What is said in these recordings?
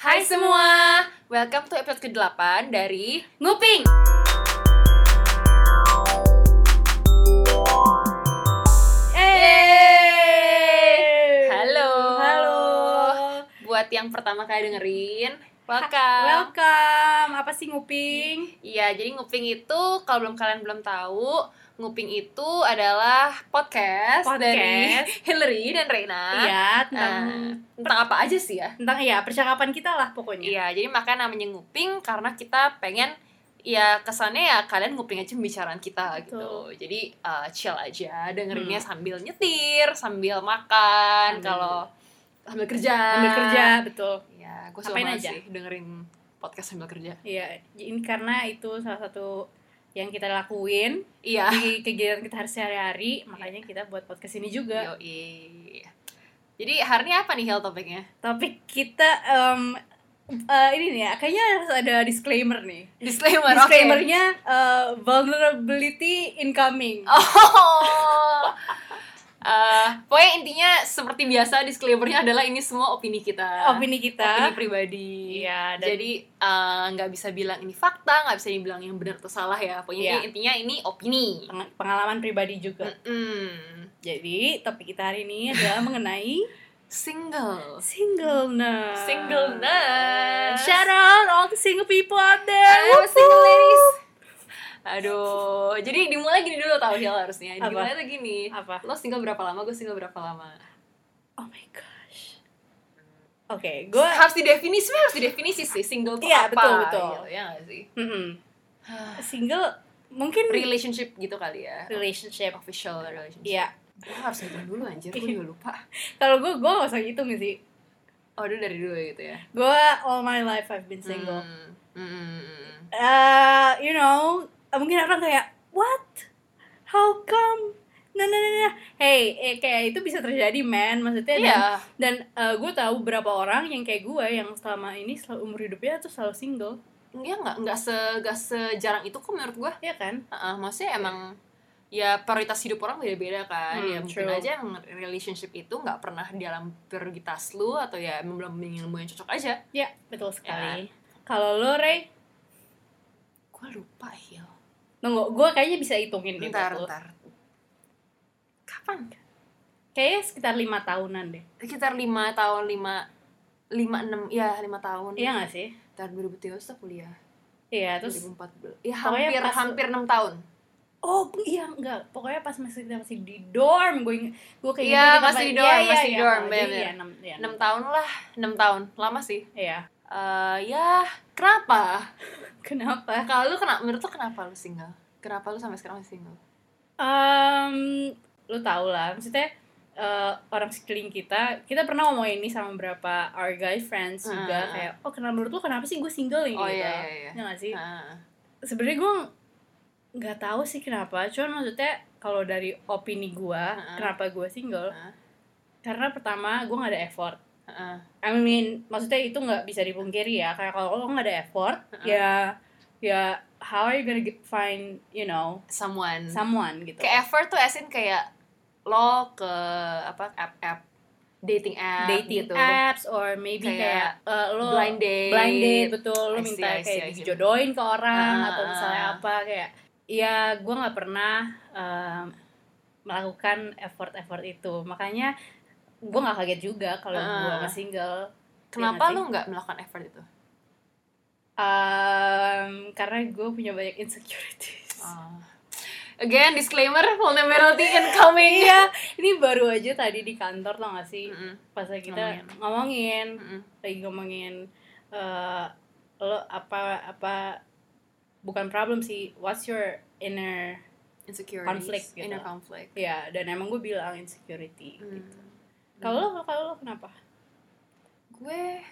Hai semua, welcome to episode ke-8 dari Nguping. Halo. Halo. Buat yang pertama kali dengerin, welcome. Welcome. Apa sih Nguping? Iya, jadi Nguping itu kalau kalian belum tahu, Nguping itu adalah podcast dari Hillary dan Reina. Iya, tentang apa aja sih ya? Tentang percakapan kita lah pokoknya. Iya, jadi makanya namanya Nguping karena kita pengen ya kesannya ya kalian nguping aja pembicaraan kita gitu. Jadi chill aja, dengerinnya sambil nyetir, sambil makan, kalau sambil kerja, betul. Ya, gue suka banget sih dengerin podcast sambil kerja. Iya, ini karena itu salah satu yang kita lakuin di kegiatan kita sehari-hari, makanya kita buat podcast ini juga. Yoi. Jadi hari ini apa nih topiknya? Topik kita ini nih ya, kayaknya harus ada disclaimer nih. Disclaimernya vulnerability incoming. Pokoknya intinya seperti biasa disclaimernya adalah ini semua opini kita, opini pribadi. Iya. Jadi nggak bisa bilang ini fakta, nggak bisa dibilang yang benar atau salah ya. Pokoknya intinya ini opini, pengalaman pribadi juga. Jadi topik kita hari ini adalah mengenai singleness. Shout out all the single people out there. Single ladies. Aduh, jadi dimulai gini dulu tau Hil harusnya. Dimulai tuh gini. Apa? Lo single berapa lama, gue single berapa lama? Oh my gosh. Oke, gue harus didefinisi sih single tuh apa? Betul. Ya nggak sih? Single mungkin relationship gitu kali ya. Official relationship. Iya. Gue harus ngitung dulu anjir, gue juga lupa. Kalau gue gak usah ngitung sih. Oh, udah dari dulu gitu ya. Gue all my life I've been single. You know, mungkin orang kayak what? How come? Nah. Hey, kayak itu bisa terjadi, man. Maksudnya dan gue tahu beberapa orang yang kayak gue yang selama ini umur hidupnya tuh selalu single. Iya, nggak sejarang itu kok menurut gue. Iya kan? Maksudnya emang ya prioritas hidup orang beda-beda kan. Ya mungkin aja yang relationship itu nggak pernah di dalam prioritas lu, atau ya belum ilmu yang cocok aja. Iya, betul sekali. Kalau lo, Ray? Gue lupa, Hil. Nunggu, gue kayaknya bisa hitungin deh. Bentar. Kapan? Kayaknya sekitar 5 tahunan deh. Sekitar 5 tahun, 5 tahun. Iya gak sih? Tahun 2013 kuliah. Iya, terus 2014. Ya hampir 6 tahun. Oh iya, enggak. Pokoknya pas masih di dorm, gue kayak gitu. Iya, masih di dorm, masih di dorm. Iya, 6 tahun lah, 6 tahun. Lama sih. Iya. Ya, kenapa? Kenapa? Kalau lu menurut lu kenapa lu single? Kenapa lu sampai sekarang masih single? Lu tau lah, maksudnya orang sekeliling kita pernah ngomongin ini sama beberapa our guy friends juga, kayak menurut lu kenapa sih gue single gitu? Iya. Ya nggak sih? Sebenarnya gue nggak tahu sih kenapa, cuman maksudnya kalau dari opini gue, kenapa gue single? Karena pertama gue nggak ada effort. I mean, maksudnya itu nggak bisa dipungkiri ya, kayak kalau lo nggak ada effort, ya how are you gonna find someone gitu. Kayak effort tuh asin kayak lo ke app dating gitu. Apps or maybe kayak lo blind date, betul, lo minta kayak dijodohin ke orang atau misalnya apa, kayak ya gue nggak pernah melakukan effort itu, makanya gue nggak kaget juga kalau gue masih single. Kenapa lu nggak melakukan effort itu? Karena gue punya banyak insecurities. Again, disclaimer, vulnerability incoming. Iya, ini baru aja tadi di kantor, tau gak sih? Pas kita ngomongin lo apa bukan problem sih, what's your inner conflict gitu. Inner conflict. Ya, dan emang gue bilang insecurity gitu. Kalau lo kenapa? Gue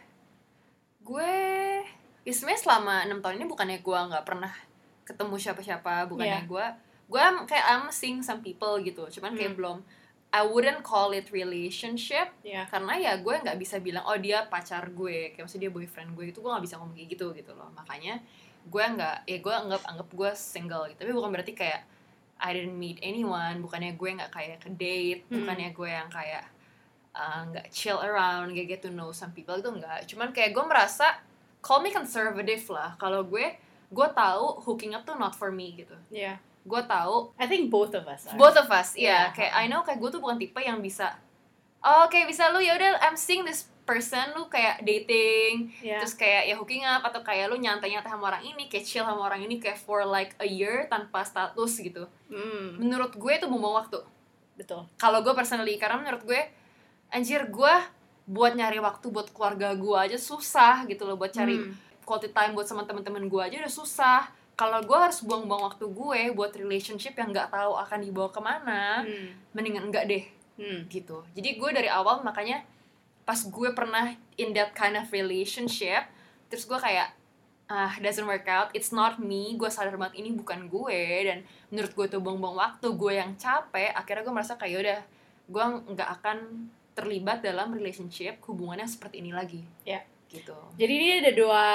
ya sebenarnya selama 6 tahun ini bukannya gue nggak pernah ketemu siapa-siapa, bukannya gue kayak I'm seeing some people gitu, cuman kayak belum, I wouldn't call it relationship, karena ya gue nggak bisa bilang dia pacar gue, kayak maksudnya dia boyfriend gue, itu gue nggak bisa ngomong kayak gitu loh. Makanya gue anggap gue single gitu, tapi bukan berarti kayak I didn't meet anyone, bukannya gue nggak kayak ke date, bukannya gue yang kayak nggak chill around, nggak get to know some people, itu nggak. Cuman kayak gue merasa call me conservative lah. Kalau gue tahu hooking up tuh not for me gitu. Gue tahu. I think both of us. Yeah. Kayak I know kayak gue tuh bukan tipe yang bisa. Kayak bisa lu ya udah I'm seeing this person, lu kayak dating, terus kayak ya hooking up, atau kayak lu nyantai-nyantai sama orang ini, kayak chill sama orang ini kayak for like a year tanpa status gitu. Menurut gue itu buang waktu. Betul. Kalau gue personally, karena menurut gue anjir, gue buat nyari waktu buat keluarga gue aja susah gitu loh, buat cari quality time buat sama teman-teman gue aja udah susah. Kalau gue harus buang-buang waktu gue buat relationship yang nggak tahu akan dibawa kemana, mendingan enggak deh. Gitu. Jadi gue dari awal, makanya pas gue pernah in that kind of relationship, terus gue kayak doesn't work out, it's not me, gue sadar banget ini bukan gue, dan menurut gue tuh buang-buang waktu, gue yang capek. Akhirnya gue merasa kayak udah, gue nggak akan terlibat dalam relationship hubungan yang seperti ini lagi. Gitu. Jadi ini ada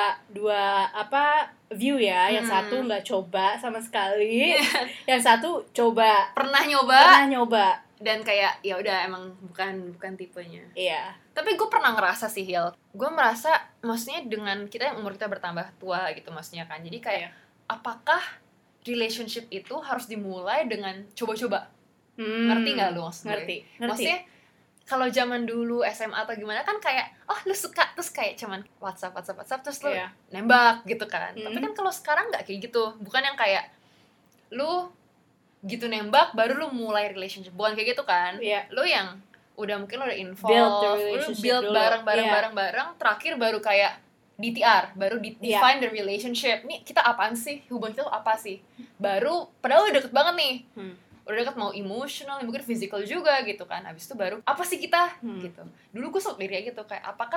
dua view ya. Yang satu nggak coba sama sekali, yang satu pernah nyoba dan kayak ya udah emang bukan tipenya. Tapi gue pernah ngerasa sih, Hil, gue merasa maksudnya dengan kita yang umur kita bertambah tua gitu maksudnya kan, jadi kayak apakah relationship itu harus dimulai dengan coba-coba? Ngerti nggak lu maksudnya? Ngerti. Maksudnya kalau zaman dulu SMA atau gimana kan kayak lu suka terus kayak cuman WhatsApp terus lu nembak gitu kan. Tapi kan kalau sekarang nggak kayak gitu, bukan yang kayak lu gitu nembak baru lu mulai relationship, bukan kayak gitu kan. Lu yang udah mungkin lu udah involved, lu build bareng terakhir baru kayak DTR, baru define the relationship. Nih kita apaan sih, hubungan kita tuh apa sih, baru padahal udah deket banget nih, udah deket, mau emotional, mungkin physical juga gitu kan. Habis itu baru apa sih kita gitu. Dulu gue sempet mikir gitu, kayak apakah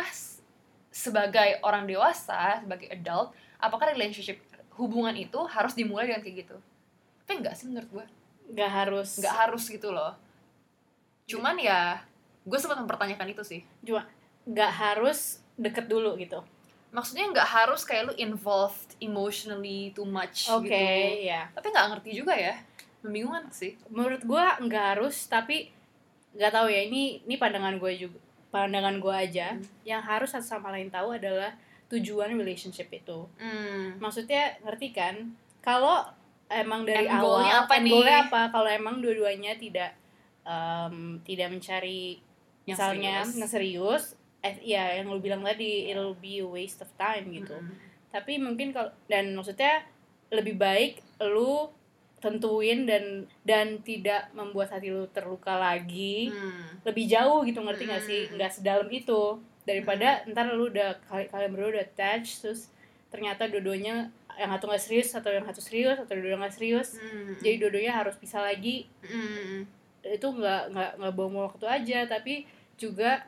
sebagai orang dewasa, sebagai adult, apakah relationship hubungan itu harus dimulai dengan kayak gitu? Tapi enggak sih menurut gue. Nggak harus gitu loh. Cuman ya gue sempat mempertanyakan itu sih. Cuma nggak harus deket dulu gitu. Maksudnya nggak harus kayak lu involved emotionally too much gitu. Tapi nggak ngerti juga ya. Membingungkan sih. Menurut gue nggak harus, tapi nggak tahu ya, ini pandangan gue aja. Yang harus satu sama lain tahu adalah tujuan relationship itu. Maksudnya ngerti kan? Kalau emang dari awal goalnya apa? Kalau emang dua-duanya tidak mencari misalnya serius, yang lu bilang tadi, it'll be a waste of time gitu. Tapi mungkin kalau, dan maksudnya lebih baik lu tentuin dan tidak membuat hati lu terluka lagi lebih jauh gitu, ngerti nggak sih? Nggak sedalam itu, daripada ntar lu kalian berdua udah attached, terus ternyata dua-duanya yang satu nggak serius atau yang satu serius atau dua-duanya nggak serius, jadi dua-duanya harus pisah lagi. Itu nggak buang waktu aja, tapi juga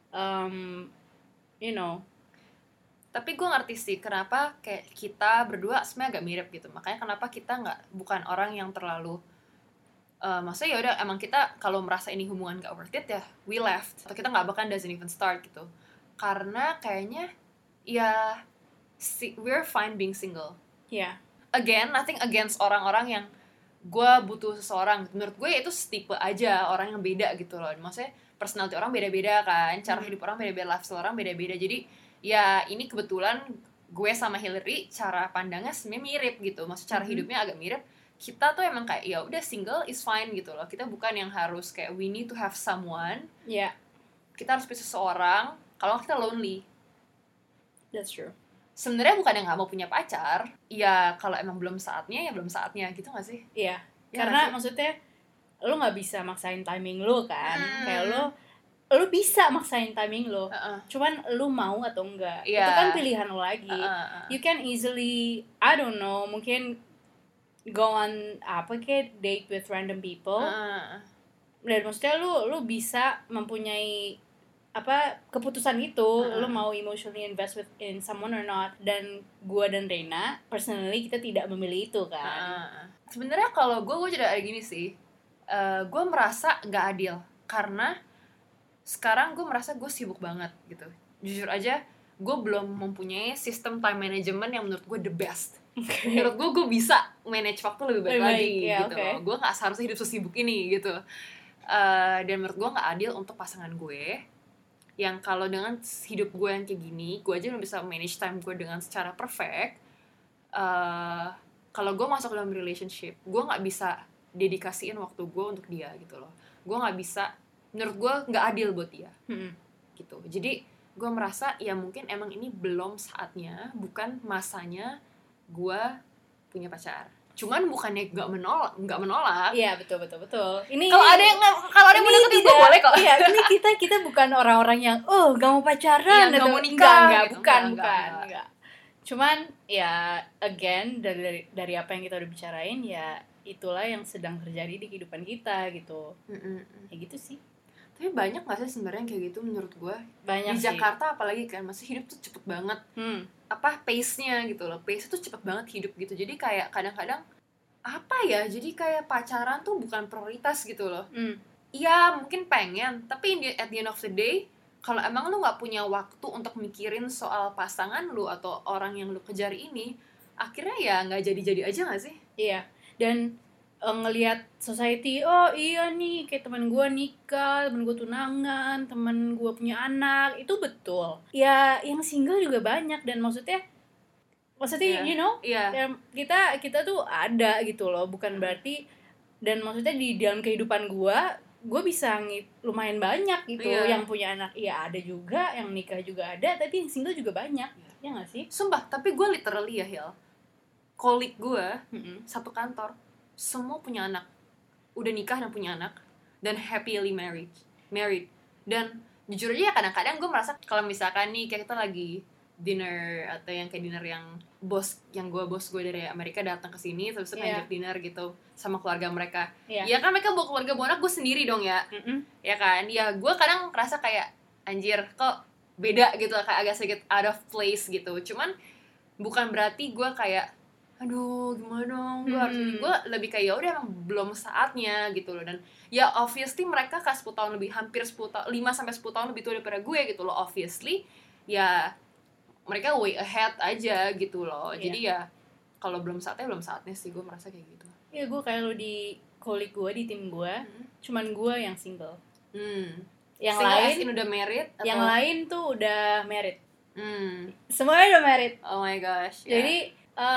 Tapi gue ngerti sih kenapa kayak kita berdua sebenarnya agak mirip gitu. Makanya kenapa kita bukan orang yang terlalu maksudnya ya udah, emang kita kalau merasa ini hubungan gak worth it ya we left, atau kita nggak bahkan doesn't even start gitu. Karena kayaknya ya we're fine being single. Again, nothing against orang-orang yang gue butuh seseorang. Menurut gue itu tipe aja orang yang beda gitu loh. Maksudnya personality orang beda-beda kan, cara hidup orang beda-beda, lifestyle orang beda-beda. Jadi ya ini kebetulan gue sama Hillary cara pandangnya sebenarnya mirip gitu. Maksudnya cara hidupnya agak mirip. Kita tuh emang kayak ya udah single is fine gitu loh. Kita bukan yang harus kayak we need to have someone. Kita harus pilih seseorang kalau kita lonely. That's true. Sebenarnya bukan yang nggak mau punya pacar, ya kalau emang belum saatnya ya belum saatnya gitu nggak sih? Karena maksudnya lo nggak bisa maksain timing lo kan. Kayak lo bisa maksain timing lo, cuman lo mau atau enggak, itu kan pilihan lo lagi. You can easily, I don't know, mungkin go on kayak date with random people, dan maksudnya lo bisa mempunyai keputusan itu, lo mau emotionally invest in someone or not. Dan gue dan Reina personally kita tidak memilih itu kan. Sebenarnya kalau gue juga ada gini sih, gue merasa nggak adil karena sekarang gue merasa gue sibuk banget gitu. Jujur aja, gue belum mempunyai sistem time management yang menurut gue the best. Menurut gue bisa manage waktu lebih baik lagi gitu. Gue nggak seharusnya hidup sesibuk ini gitu. Dan menurut gue nggak adil untuk pasangan gue yang kalau dengan hidup gue yang kayak gini, gue aja belum bisa manage time gue dengan secara perfect. Kalau gue masuk dalam relationship, gue nggak bisa dedikasiin waktu gue untuk dia gitu loh. Gue nggak bisa, menurut gue nggak adil buat dia. Gitu. Jadi gue merasa ya mungkin emang ini belum saatnya, bukan masanya gue punya pacar. Cuman bukannya nggak menolak. Iya, betul. Ini kalau ada yang mau deketin gue boleh kok. Iya, ini kita bukan orang-orang yang nggak mau pacaran atau nggak mau nikah. Bukan. Cuman ya again dari apa yang kita udah bicarain, ya itulah yang sedang terjadi di kehidupan kita gitu. Ya gitu sih. Tapi banyak gak sih sebenarnya kayak gitu menurut gue? Banyak di Jakarta apalagi kan, masih hidup tuh cepet banget. Pace-nya gitu loh, pace tuh cepet banget hidup gitu. Jadi kayak kadang-kadang jadi kayak pacaran tuh bukan prioritas gitu loh. Iya mungkin pengen, tapi at the end of the day, kalau emang lu gak punya waktu untuk mikirin soal pasangan lu atau orang yang lu kejar ini, akhirnya ya gak jadi-jadi aja gak sih? Iya, dan ngelihat society, iya nih kayak teman gue nikah, teman gue tunangan, teman gue punya anak, itu betul. Ya yang single juga banyak, dan maksudnya you know, ya, kita tuh ada gitu loh, bukan berarti, dan maksudnya di dalam kehidupan gue bisa lumayan banyak gitu yang punya anak, iya ada juga, yang nikah juga ada, tapi yang single juga banyak, ya nggak sih? Sumpah, tapi gue literally ya Hil, colleague gue satu kantor semua punya anak, udah nikah dan punya anak, dan happily married. Dan jujur aja kadang-kadang gue merasa kalau misalkan nih kayak kita lagi dinner, atau yang kayak dinner yang bos gue dari Amerika datang ke sini terus ngajak dinner gitu sama keluarga mereka. Ya kan mereka bawa keluarga bawa anak, gue sendiri dong ya. Ya kan, ya gue kadang ngerasa kayak anjir kok beda gitu, kayak agak sedikit out of place gitu. Cuman bukan berarti gue kayak aduh gimana dong, gue lebih kayak ya udah emang belum saatnya gitu loh. Dan ya obviously mereka kan 10 tahun lebih, hampir 10 tahun, 5-10 tahun lebih tua daripada gue gitu loh. Obviously ya mereka way ahead aja gitu loh. Jadi ya kalau belum saatnya sih, gue merasa kayak gitu. Ya gue kayak lo di colleague gue, di tim gue, cuman gue yang single. Yang single lain udah married atau? Yang lain tuh udah married. Semuanya udah married. Oh my gosh. Jadi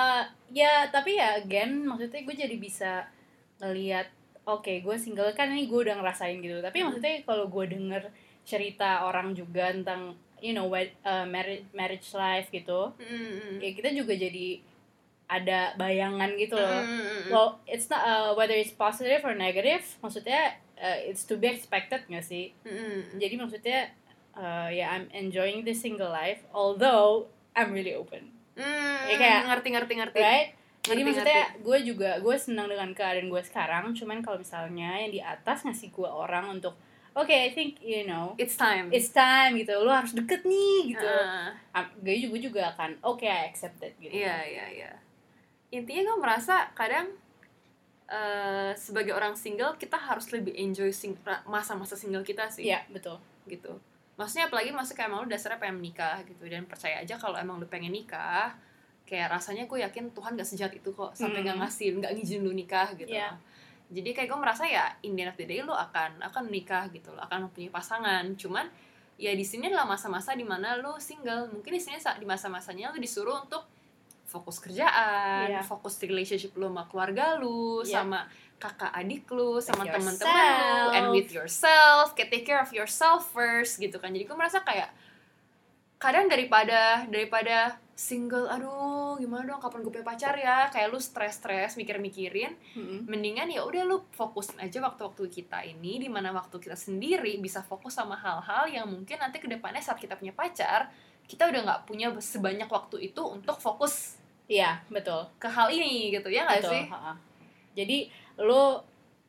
ya tapi ya again, maksudnya gue jadi bisa ngelihat gue single kan, ini gue udah ngerasain gitu. Tapi maksudnya kalau gue denger cerita orang juga tentang you know marriage life gitu, ya kita juga jadi ada bayangan gitu loh. Well, it's not whether it's positive or negative, maksudnya it's to be expected nggak sih? Jadi maksudnya ya I'm enjoying this single life, although I'm really open. Ya kayak ngerti. Right? Jadi maksudnya gue senang dengan keadaan gue sekarang. Cuman kalau misalnya yang di atas ngasih gue orang untuk I think you know it's time gitu, lo harus deket nih gitu. Gue juga akan I accept it gitu. Iya. Intinya gue merasa kadang sebagai orang single kita harus lebih enjoy masa-masa single kita sih. Iya, betul. Gitu. Maksudnya apalagi kayak emang lu dasarnya pengen menikah gitu, dan percaya aja kalau emang lu pengen nikah, kayak rasanya gue yakin Tuhan gak sejahat itu kok sampai gak ngizin lu nikah gitu. Jadi kayak gue merasa ya in the end of the day lu akan nikah gitu, lu akan punya pasangan. Cuman ya di sini adalah masa-masa dimana lu single, mungkin di sini di masa-masanya lu disuruh untuk fokus kerjaan, fokus relationship lu sama keluarga lu, sama kakak adik lu, sama teman-teman lu, and with yourself, take care of yourself first gitu kan. Jadi gue merasa kayak kadang daripada single, aduh gimana dong kapan gue punya pacar ya, kayak lu stres mikirin, mendingan ya udah lu fokusin aja waktu-waktu kita ini, dimana waktu kita sendiri bisa fokus sama hal-hal yang mungkin nanti kedepannya saat kita punya pacar, kita udah nggak punya sebanyak waktu itu untuk fokus. Iya, betul. Ke hal ini gitu ya nggak sih? Jadi lu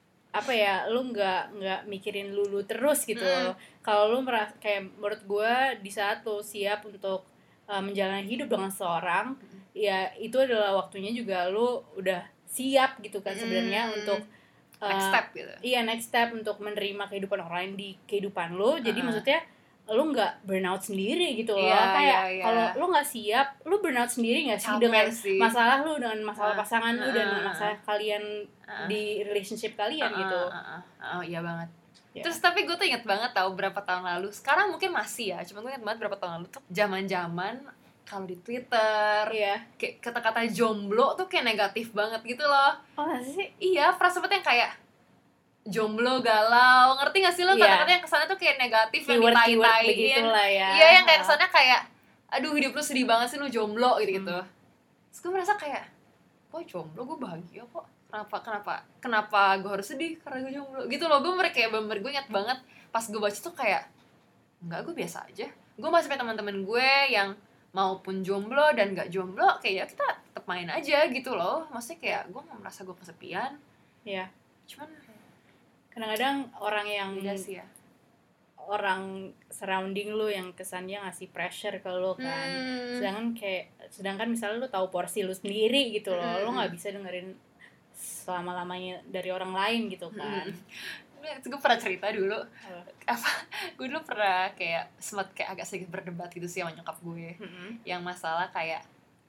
lu nggak mikirin lu terus gitu. Kalau lu merasa kayak, menurut gue di saat lu siap untuk menjalani hidup dengan seorang, ya itu adalah waktunya juga lu udah siap gitu kan sebenarnya untuk next step gitu. Iya, next step untuk menerima kehidupan orang lain di kehidupan lu. Jadi maksudnya lu nggak burnout sendiri gitu loh. Kayak kalau lu nggak siap, lu burnout sendiri nggak sih dengan masalah lu, dengan masalah pasangan lu, dan masalah kalian di relationship kalian gitu. Iya banget. Terus tapi gue tuh inget banget tau berapa tahun lalu. Sekarang mungkin masih ya, cuma gue inget banget berapa tahun lalu tuh zaman-zaman kalau di Twitter kayak kata-kata jomblo tuh kayak negatif banget gitu loh. Oh sih? Iya, frase yang kayak jomblo, galau, ngerti gak sih lo kata-kata yang kesannya tuh kayak negatif, yang ditai-taiin. Iya, yang kayak kesannya kayak aduh hidup lu sedih banget sih lu jomblo gitu. Terus gue merasa kayak kok jomblo, gue bahagia kok. Kenapa gue harus sedih karena gue jomblo gitu loh. Gue kayak bener-bener gue ingat banget pas gue baca tuh kayak enggak, gue biasa aja. Gue masih punya teman-teman gue yang maupun jomblo dan gak jomblo, kayak ya kita tetap main aja gitu loh. Maksudnya kayak gue gak merasa gue kesepian. Iya. Cuman kadang-kadang orang yang sih ya, orang surrounding lu yang kesannya ngasih pressure ke lu kan. Sedangkan misalnya lu tahu porsi lu sendiri gitu loh. Lu gak bisa dengerin selama-lamanya dari orang lain gitu kan. Gue pernah cerita dulu gue dulu pernah kayak sempat kayak agak sedikit berdebat gitu sih sama nyokap gue. Yang masalah kayak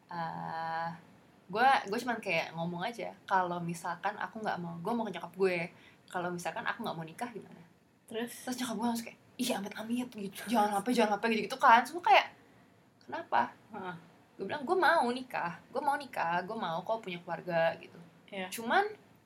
gue cuman kayak ngomong aja kalau misalkan aku nggak mau, gue mau ke nyokap gue kalau misalkan aku nggak mau nikah gimana. Terus nyokap gue langsung kayak iya amit-amit gitu, jangan apa gitu kan. Semua kayak kenapa? Gue bilang gue mau nikah, gue mau kok punya keluarga gitu. Cuman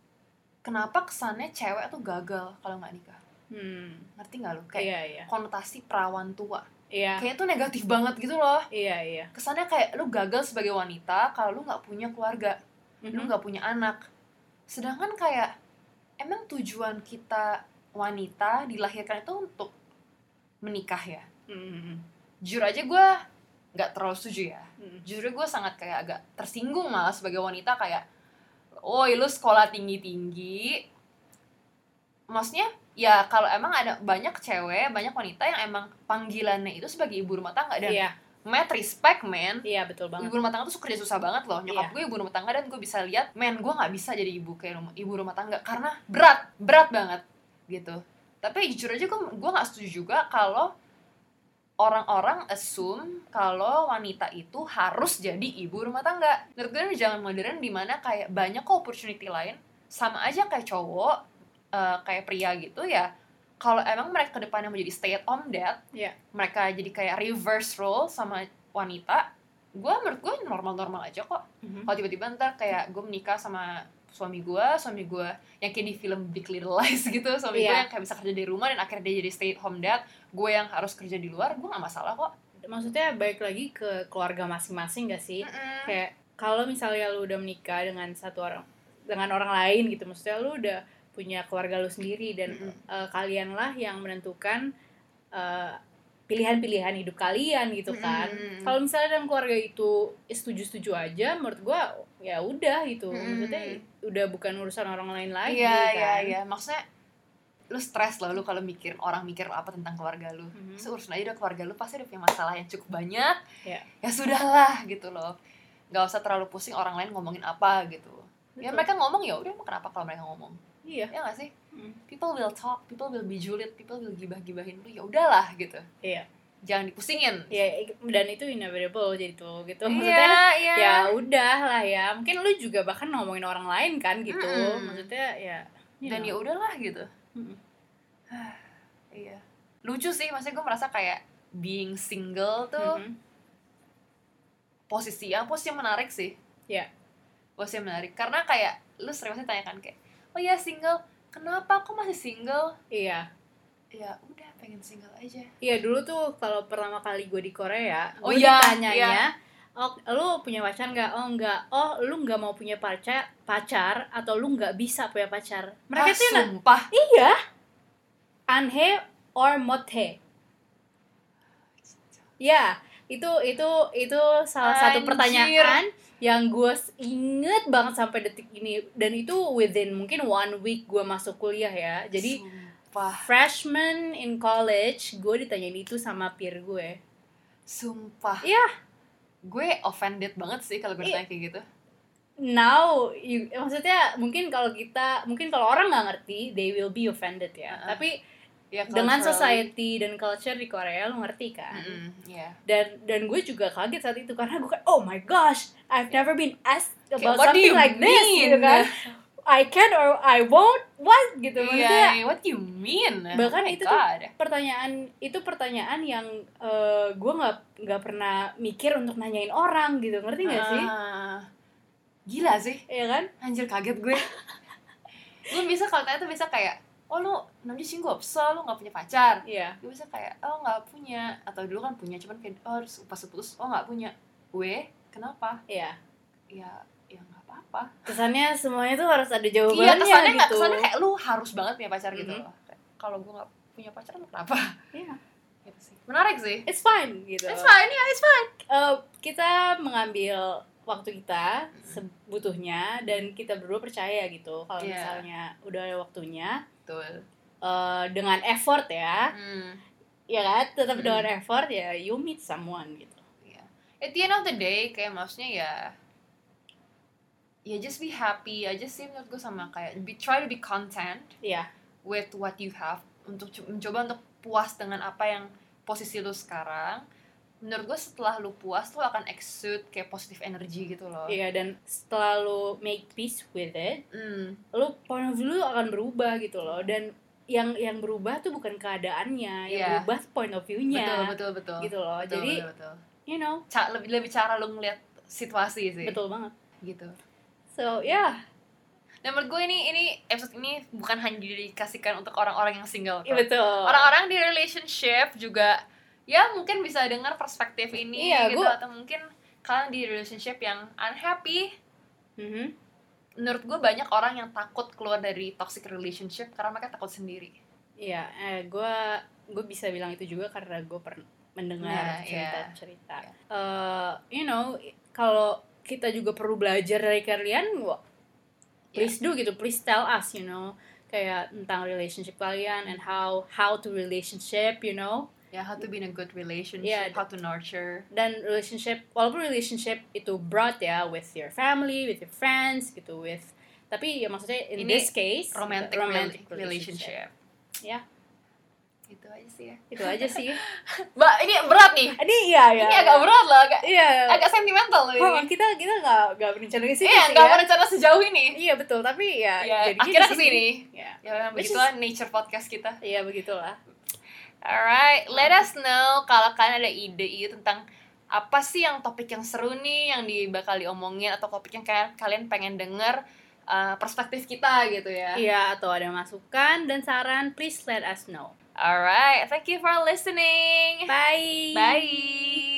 kenapa kesannya cewek tuh gagal kalau nggak nikah? Ngerti nggak lo? Kayak konotasi perawan tua. Kayaknya tuh negatif banget gitu loh. Kesannya kayak lu gagal sebagai wanita kalau lu nggak punya keluarga, lu nggak punya anak. Sedangkan kayak emang tujuan kita wanita dilahirkan itu untuk menikah ya. Jujur aja gue nggak terlalu setuju ya. Jujur gue sangat kayak agak tersinggung malah sebagai wanita kayak lu sekolah tinggi-tinggi. Maksudnya ya kalau emang ada banyak cewek, banyak wanita yang emang panggilannya itu sebagai ibu rumah tangga dan Matt respect man. Iya betul banget. Ibu rumah tangga tuh kerja susah banget loh. Nyokap gue ibu rumah tangga dan gue bisa lihat, man gue nggak bisa jadi ibu rumah tangga karena berat banget gitu. Tapi jujur aja gue nggak setuju juga kalau orang-orang assume kalau wanita itu harus jadi ibu rumah tangga. Menurut gue jangan modern dimana kayak banyak kok opportunity lain. Sama aja kayak cowok, kayak pria gitu ya. Kalau emang mereka ke depannya menjadi stay at home dad, mereka jadi kayak reverse role sama wanita, menurut gue normal-normal aja kok. Kalau tiba-tiba ntar kayak gue menikah sama suami gue yang kayak di film Big Little Lies gitu, suami gue yang kayak bisa kerja di rumah dan akhirnya dia jadi stay at home dad, gue yang harus kerja di luar, gue gak masalah kok. Maksudnya balik lagi ke keluarga masing-masing gak sih? Kayak kalau misalnya lu udah menikah dengan orang lain gitu, maksudnya lu udah punya keluarga lu sendiri dan kalianlah yang menentukan pilihan-pilihan hidup kalian gitu kan. Kalau misalnya dalam keluarga itu setuju-setuju aja, menurut gue ya udah gitu. Maksudnya udah bukan urusan orang lain lagi kan. Iya. Maksudnya lu stres loh lu kalau orang mikir apa tentang keluarga lu. Urusan aja udah keluarga lu pasti udah punya masalah yang cukup banyak. Ya sudahlah gitu loh. Gak usah terlalu pusing orang lain ngomongin apa gitu. Betul. Ya mereka ngomong ya udah, kenapa kalau mereka ngomong? Iya. Ya nggak sih? People will talk, people will be julid, people will gibah-gibahin lu, ya udahlah gitu. Iya. Jangan dipusingin. Iya, dan itu inevitable gitu. Maksudnya ya udah lah ya. Mungkin lu juga bahkan ngomongin orang lain kan gitu. Maksudnya ya. Dan ya udahlah gitu. Iya. Lucu sih, maksudnya gue merasa kayak being single tuh posisi yang menarik sih. Iya. Posisi yang menarik karena kayak lu sering pasti tanyakan kayak, oh ya single, kenapa kok masih single? Iya. Ya udah, pengen single aja. Iya, dulu tuh kalau pertama kali gue di Korea, gue ditanyanya, oh lu punya pacar nggak? Oh enggak. Oh lu nggak mau punya pacar atau lu nggak bisa punya pacar? Mereka tuh sumpah. Iya. Anhe or mothe. Ya, itu salah satu pertanyaan yang gue inget banget sampai detik ini, dan itu within mungkin 1 week gue masuk kuliah ya. Jadi freshman in college gue ditanyain itu sama peer gue. Sumpah. Iya. Gue offended banget sih kalau gue ditanya kayak gitu. Now, maksudnya mungkin kalau orang nggak ngerti, they will be offended ya. Tapi ya, dengan society dan culture di Korea lo ngerti kan. Dan gue juga kaget saat itu karena gue kayak, oh my gosh, I've never been asked about something like this gitu kan. I can or I won't, what gitu maksudnya. What do you mean? Bahkan itu tuh pertanyaan yang gue nggak pernah mikir untuk nanyain orang gitu, ngerti nggak sih? Gila sih, iya kan? Anjir kaget gue. Gue bisa kalau tanya tuh bisa kayak, oh lu namanya single, lu nggak punya pacar? Iya. Gue bisa kayak, oh nggak punya, atau dulu kan punya, cuman kayak harus pas putus, oh nggak punya. Gue kenapa? Iya. Ya nggak apa-apa. Kesannya semuanya tuh harus ada jawabannya. Iya, kesannya kayak lu harus banget punya pacar gitu loh. Kalau gue nggak punya pacar, lu kenapa? Iya. Gitu sih. Menarik sih. It's fine gitu. It's fine. Kita mengambil waktu kita sebutuhnya dan kita berdua percaya gitu kalau misalnya udah ada waktunya. Betul. Dengan effort ya. Ya kan? Tetap dengan effort ya you meet someone gitu. At the end of the day kayak maksudnya ya just be happy aja sih menurut gue, sama kayak try to be content with what you have, untuk mencoba untuk puas dengan apa yang posisi lu sekarang. Menurut gue setelah lu puas lu akan exude kayak positive energy gitu loh. Iya, dan setelah lu make peace with it, lu point of view lu akan berubah gitu loh. Dan yang berubah tuh bukan keadaannya, yang berubah tuh point of view-nya. Betul. Gitu loh. Jadi betul. You know, lebih cara lu ngeliat situasi sih. Betul banget. Gitu. So, Dan menurut gue ini episode ini bukan hanya didedikasikan untuk orang-orang yang single. Betul. Orang-orang di relationship juga ya mungkin bisa dengar perspektif ini gitu. Atau mungkin kalian di relationship yang unhappy. Menurut gue banyak orang yang takut keluar dari toxic relationship karena mereka takut sendiri. Iya, gue bisa bilang itu juga karena gue pernah mendengar cerita-cerita. You know, kalau kita juga perlu belajar dari kalian, please do gitu, please tell us, you know, kayak tentang relationship kalian and how to relationship, you know. How to be in a good relationship, how to nurture. Dan walaupun relationship itu broad ya, with your family, with your friends gitu, tapi ya maksudnya in this case romantic relationship. Ya. Itu aja sih. Mbak, ini berat nih. Ini agak berat lah, agak sentimental loh ini. Kita nggak berencana ke sini. Nggak berencana sejauh ini. Iya betul, tapi akhirnya kesini. Ya begitulah nature podcast kita. Iya begitulah. Alright, let us know kalau kalian ada ide tentang apa sih yang topik yang seru nih yang bakal diomongin, atau topik yang kalian pengen denger perspektif kita gitu ya. Iya, atau ada masukan dan saran, please let us know. Alright, thank you for listening. Bye. Bye.